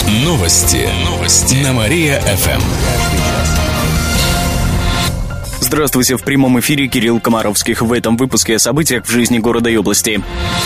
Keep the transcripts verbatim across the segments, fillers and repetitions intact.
Новости. Новости. На Мария-ФМ. Здравствуйте, в прямом эфире Кирилл Комаровских. В этом выпуске о событиях в жизни города и области.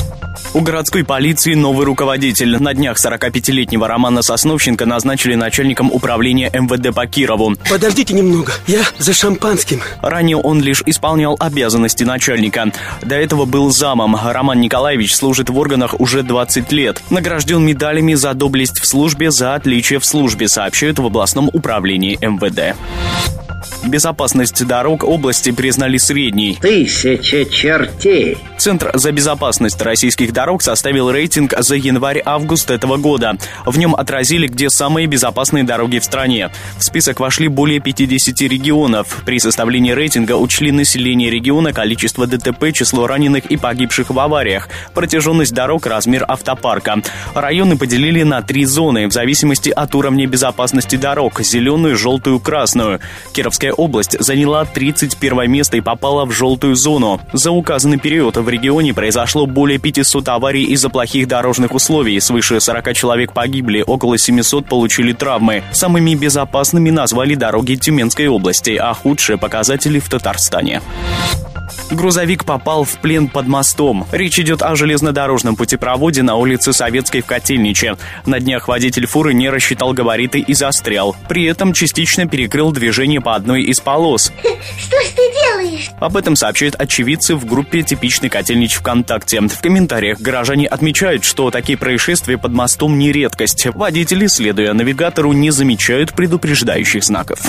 У городской полиции новый руководитель. На днях сорокапятилетнего Романа Сосновченко назначили начальником управления эм вэ дэ по Кирову. Подождите немного, я за шампанским. Ранее он лишь исполнял обязанности начальника. До этого был замом. Роман Николаевич служит в органах уже двадцать лет. Награжден медалями за доблесть в службе, за отличие в службе, сообщают в областном управлении эм вэ дэ. Безопасность дорог области признали средней. Тысяча чертей. Центр за безопасность российских дорог составил рейтинг за январь-август этого года. В нем отразили, где самые безопасные дороги в стране. В список вошли более пятидесяти регионов. При составлении рейтинга учли население региона, количество дэ тэ пэ, число раненых и погибших в авариях, протяженность дорог, размер автопарка. Районы поделили на три зоны в зависимости от уровня безопасности дорог: зеленую, желтую, красную. Кировская область заняла тридцать первое место и попала в желтую зону. За указанный период в регионе произошло более пятисот аварий из-за плохих дорожных условий. Свыше сорока человек погибли, около семисот получили травмы. Самыми безопасными назвали дороги Тюменской области, а худшие показатели в Татарстане. Грузовик попал в плен под мостом. Речь идет о железнодорожном путепроводе на улице Советской в Котельниче. На днях водитель фуры не рассчитал габариты и застрял. При этом частично перекрыл движение по одной из полос. Что ж ты делаешь? Об этом сообщают очевидцы в группе «Типичный Котельнич ВКонтакте». В комментариях горожане отмечают, что такие происшествия под мостом не редкость. Водители, следуя навигатору, не замечают предупреждающих знаков.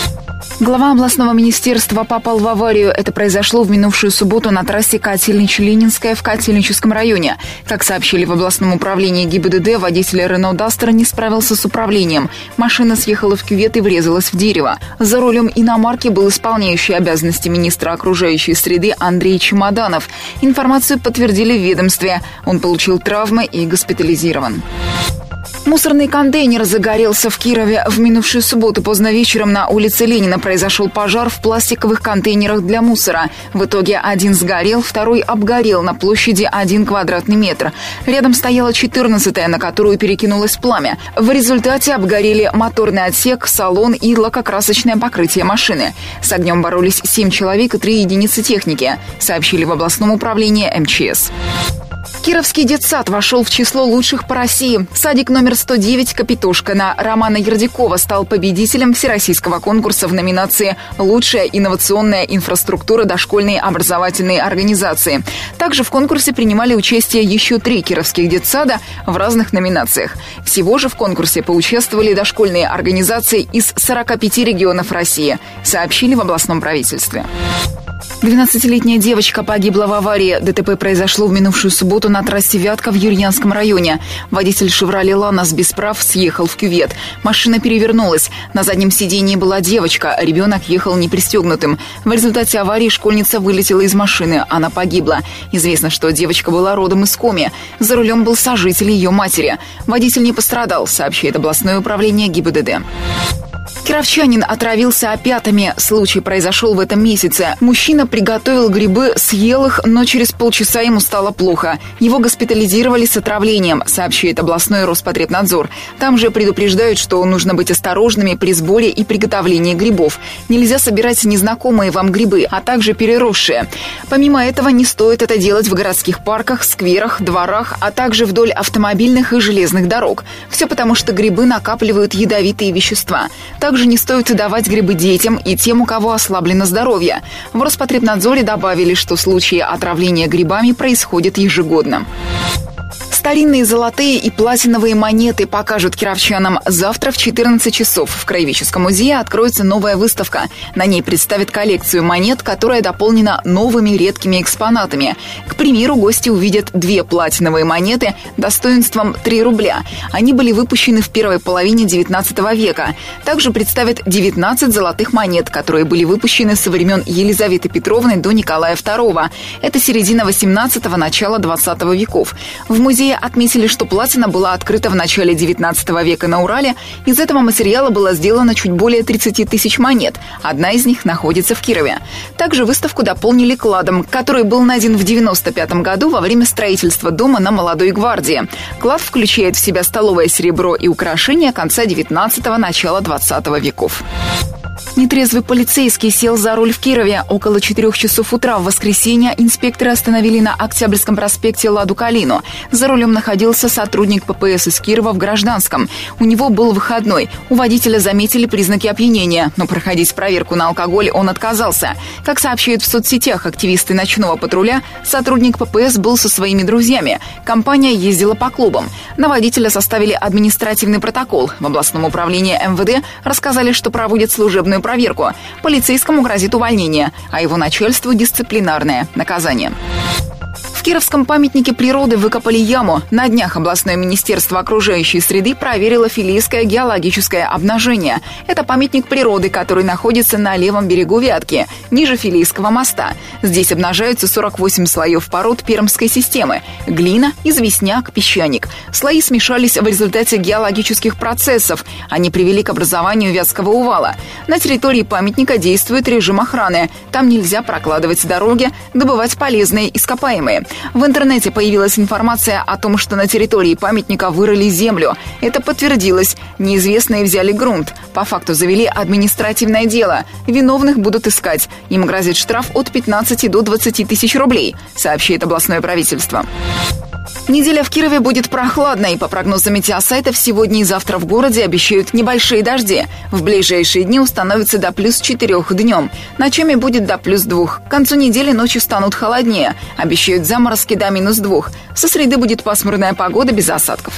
Глава областного министерства попал в аварию. Это произошло в минувшую субботу на трассе Котельнич-Ленинская в Котельническом районе. Как сообщили в областном управлении гэ и бэ дэ дэ, водитель Рено Дастер не справился с управлением. Машина съехала в кювет и врезалась в дерево. За рулем иномарки был исполняющий обязанности министра окружающей среды Андрей Чемоданов. Информацию подтвердили в ведомстве. Он получил травмы и госпитализирован. Мусорный контейнер загорелся в Кирове. В минувшую субботу поздно вечером на улице Ленина произошел пожар в пластиковых контейнерах для мусора. В итоге один сгорел, второй обгорел на площади один квадратный метр. Рядом стояла четырнадцатая, на которую перекинулось пламя. В результате обгорели моторный отсек, салон и лакокрасочное покрытие машины. С огнем боролись семь человек и три единицы техники, сообщили в областном управлении эм че эс. Кировский детсад вошел в число лучших по России. Садик номер сто девять «Капитошка» на Романа Ердякова стал победителем всероссийского конкурса в номинации «Лучшая инновационная инфраструктура дошкольной образовательной организации». Также в конкурсе принимали участие еще три кировских детсада в разных номинациях. Всего же в конкурсе поучаствовали дошкольные организации из сорока пяти регионов России, сообщили в областном правительстве. двенадцатилетняя девочка погибла в аварии. дэ тэ пэ произошло в минувшую субботу на трассе Вятка в Юрьянском районе. Водитель «Шевроле Ланос» без прав съехал в кювет. Машина перевернулась. На заднем сидении была девочка. Ребенок ехал непристегнутым. В результате аварии школьница вылетела из машины. Она погибла. Известно, что девочка была родом из Коми. За рулем был сожитель ее матери. Водитель не пострадал, сообщает областное управление гэ и бэ дэ дэ. Кировчанин отравился опятами. Случай произошел в этом месяце. Мужчина приготовил грибы, съел их, но через полчаса ему стало плохо. Его госпитализировали с отравлением, сообщает областной Роспотребнадзор. Там же предупреждают, что нужно быть осторожными при сборе и приготовлении грибов. Нельзя собирать незнакомые вам грибы, а также переросшие. Помимо этого, не стоит это делать в городских парках, скверах, дворах, а также вдоль автомобильных и железных дорог. Все потому, что грибы накапливают ядовитые вещества. Также не стоит давать грибы детям и тем, у кого ослаблено здоровье. В Роспотребнадзоре добавили, что случаи отравления грибами происходят ежегодно. Старинные золотые и платиновые монеты покажут кировчанам. Завтра в четырнадцать часов в Краеведческом музее откроется новая выставка. На ней представят коллекцию монет, которая дополнена новыми редкими экспонатами. К примеру, гости увидят две платиновые монеты достоинством три рубля. Они были выпущены в первой половине девятнадцатого века. Также представят девятнадцать золотых монет, которые были выпущены со времен Елизаветы Петровны до Николая второго. Это середина восемнадцатого – начало двадцатого веков. В музее Музеи отметили, что платина была открыта в начале девятнадцатого века на Урале. Из этого материала было сделано чуть более тридцать тысяч монет. Одна из них находится в Кирове. Также выставку дополнили кладом, который был найден в девяносто пятом году во время строительства дома на Молодой Гвардии. Клад включает в себя столовое серебро и украшения конца девятнадцатого – начала двадцатого веков. Нетрезвый полицейский сел за руль в Кирове. Около четырех часов утра в воскресенье инспекторы остановили на Октябрьском проспекте «Ладу Калину». За рулем находился сотрудник ППС из Кирова в гражданском. У него был выходной. У водителя заметили признаки опьянения, но проходить проверку на алкоголь он отказался. Как сообщают в соцсетях активисты ночного патруля, сотрудник ППС был со своими друзьями. Компания ездила по клубам. На водителя составили административный протокол. В областном управлении эм вэ дэ рассказали, что проводят служебную проверку. Полицейскому грозит увольнение, а его начальству дисциплинарное наказание. В Кировском памятнике природы выкопали яму. На днях областное министерство окружающей среды проверило филийское геологическое обнажение. Это памятник природы, который находится на левом берегу Вятки, ниже Филийского моста. Здесь обнажаются сорок восемь слоев пород пермской системы – глина, известняк, песчаник. Слои смешались в результате геологических процессов. Они привели к образованию Вятского увала. На территории памятника действует режим охраны. Там нельзя прокладывать дороги, добывать полезные ископаемые. В интернете появилась информация о том, что на территории памятника вырыли землю. Это подтвердилось. Неизвестные взяли грунт. По факту завели административное дело. Виновных будут искать. Им грозит штраф от пятнадцати до двадцати тысяч рублей, сообщает областное правительство. Неделя в Кирове будет прохладной. По прогнозам метеосайтов, сегодня и завтра в городе обещают небольшие дожди. В ближайшие дни установится до плюс четырех днем. Ночами будет до плюс двух. К концу недели ночи станут холоднее. Обещают заморозки до минус двух. Со среды будет пасмурная погода без осадков.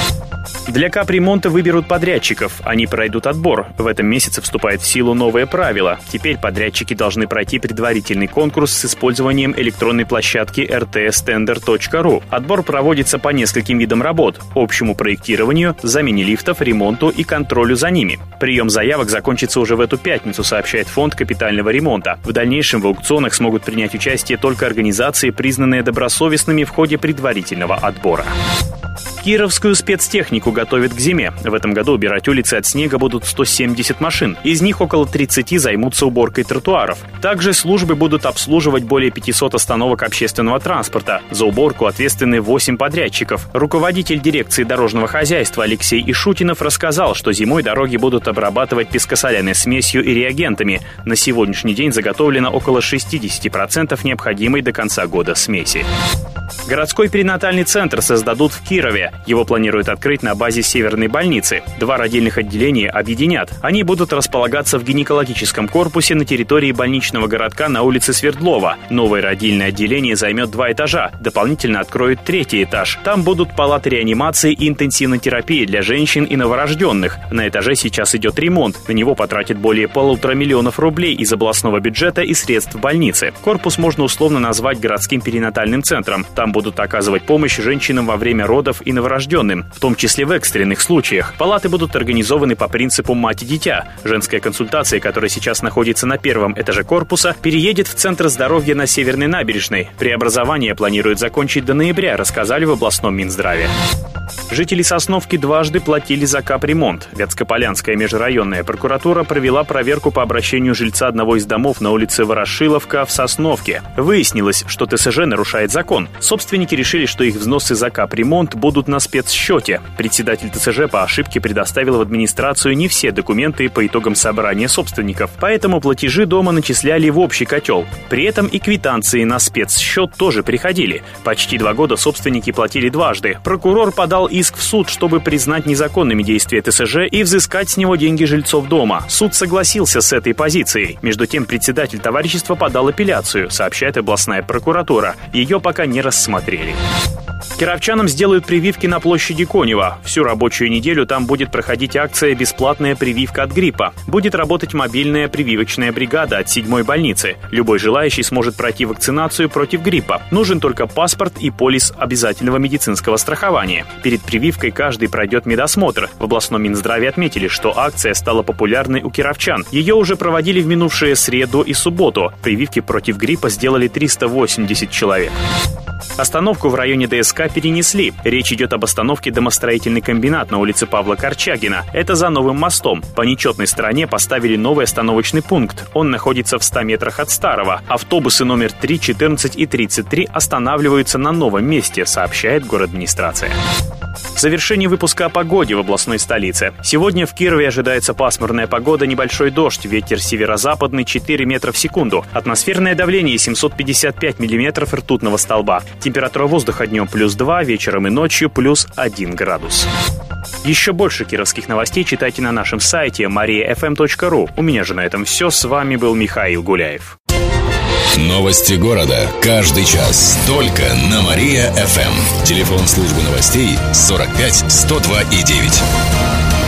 Для капремонта выберут подрядчиков. Они пройдут отбор. В этом месяце вступает в силу новое правило. Теперь подрядчики должны пройти предварительный конкурс с использованием электронной площадки эр тэ эс тендер точка ру. Отбор проводится по нескольким видам работ: общему проектированию, замене лифтов, ремонту и контролю за ними. Прием заявок закончится уже в эту пятницу, сообщает Фонд капитального ремонта. В дальнейшем в аукционах смогут принять участие только организации, признанные добросовестными в ходе предварительного отбора. Кировскую спецтехнику готовят к зиме. В этом году убирать улицы от снега будут сто семьдесят машин. Из них около тридцати займутся уборкой тротуаров. Также службы будут обслуживать более пятисот остановок общественного транспорта. За уборку ответственны восемь подрядчиков. Руководитель дирекции дорожного хозяйства Алексей Ишутинов рассказал, что зимой дороги будут обрабатывать пескосоляной смесью и реагентами. На сегодняшний день заготовлено около шестьдесят процентов необходимой до конца года смеси. Городской перинатальный центр создадут в Кирове. Его планируют открыть на базе Северной больницы. Два родильных отделения объединят. Они будут располагаться в гинекологическом корпусе на территории больничного городка на улице Свердлова. Новое родильное отделение займет два этажа. Дополнительно откроют третий этаж. Там будут палаты реанимации и интенсивной терапии для женщин и новорожденных. На этаже сейчас идет ремонт. На него потратят более полутора миллионов рублей из областного бюджета и средств больницы. Корпус можно условно назвать городским перинатальным центром. Там будут оказывать помощь женщинам во время родов и новорожденным, в том числе в экстренных случаях. Палаты будут организованы по принципу «мать и дитя». Женская консультация, которая сейчас находится на первом этаже корпуса, переедет в Центр здоровья на Северной набережной. Преобразование планируют закончить до ноября, рассказали в областном Минздраве. Жители Сосновки дважды платили за капремонт. Вятскополянская межрайонная прокуратура провела проверку по обращению жильца одного из домов на улице Ворошиловка в Сосновке. Выяснилось, что тэ эс жэ нарушает закон. Собственники решили, что их взносы за капремонт будут на спецсчете. Председатель тэ эс жэ по ошибке предоставил в администрацию не все документы по итогам собрания собственников. Поэтому платежи дома начисляли в общий котел. При этом и квитанции на спецсчет тоже приходили. Почти два года собственники платили дважды. Прокурор подал иск в суд, чтобы признать незаконными действия тэ эс жэ и взыскать с него деньги жильцов дома. Суд согласился с этой позицией. Между тем, председатель товарищества подал апелляцию, сообщает областная прокуратура. Ее пока не рассмотрели. Кировчанам сделают прививки прививки на площади Конева. Всю рабочую неделю там будет проходить акция «Бесплатная прививка от гриппа». Будет работать мобильная прививочная бригада от седьмой больницы. Любой желающий сможет пройти вакцинацию против гриппа. Нужен только паспорт и полис обязательного медицинского страхования. Перед прививкой каждый пройдет медосмотр. В областном Минздраве отметили, что акция стала популярной у кировчан. Ее уже проводили в минувшие среду и субботу. Прививки против гриппа сделали триста восемьдесят человек. Остановку в районе ДСК перенесли. Речь идет об остановке «Домостроительный комбинат» на улице Павла Корчагина. Это за новым мостом. По нечетной стороне поставили новый остановочный пункт. Он находится в ста метрах от старого. Автобусы номер три, четырнадцать и тридцать три останавливаются на новом месте, сообщает городадминистрация. В завершении выпуска о погоде в областной столице. Сегодня в Кирове ожидается пасмурная погода, небольшой дождь, ветер северо-западный четыре метра в секунду. Атмосферное давление семьсот пятьдесят пять миллиметров ртутного столба. Температура воздуха днем плюс два, вечером и ночью плюс один градус. Еще больше кировских новостей читайте на нашем сайте мария эф эм точка ру. У меня же на этом все. С вами был Михаил Гуляев. Новости города. Каждый час. Только на Мария-ФМ. Телефон службы новостей сорок пять сто два и девять.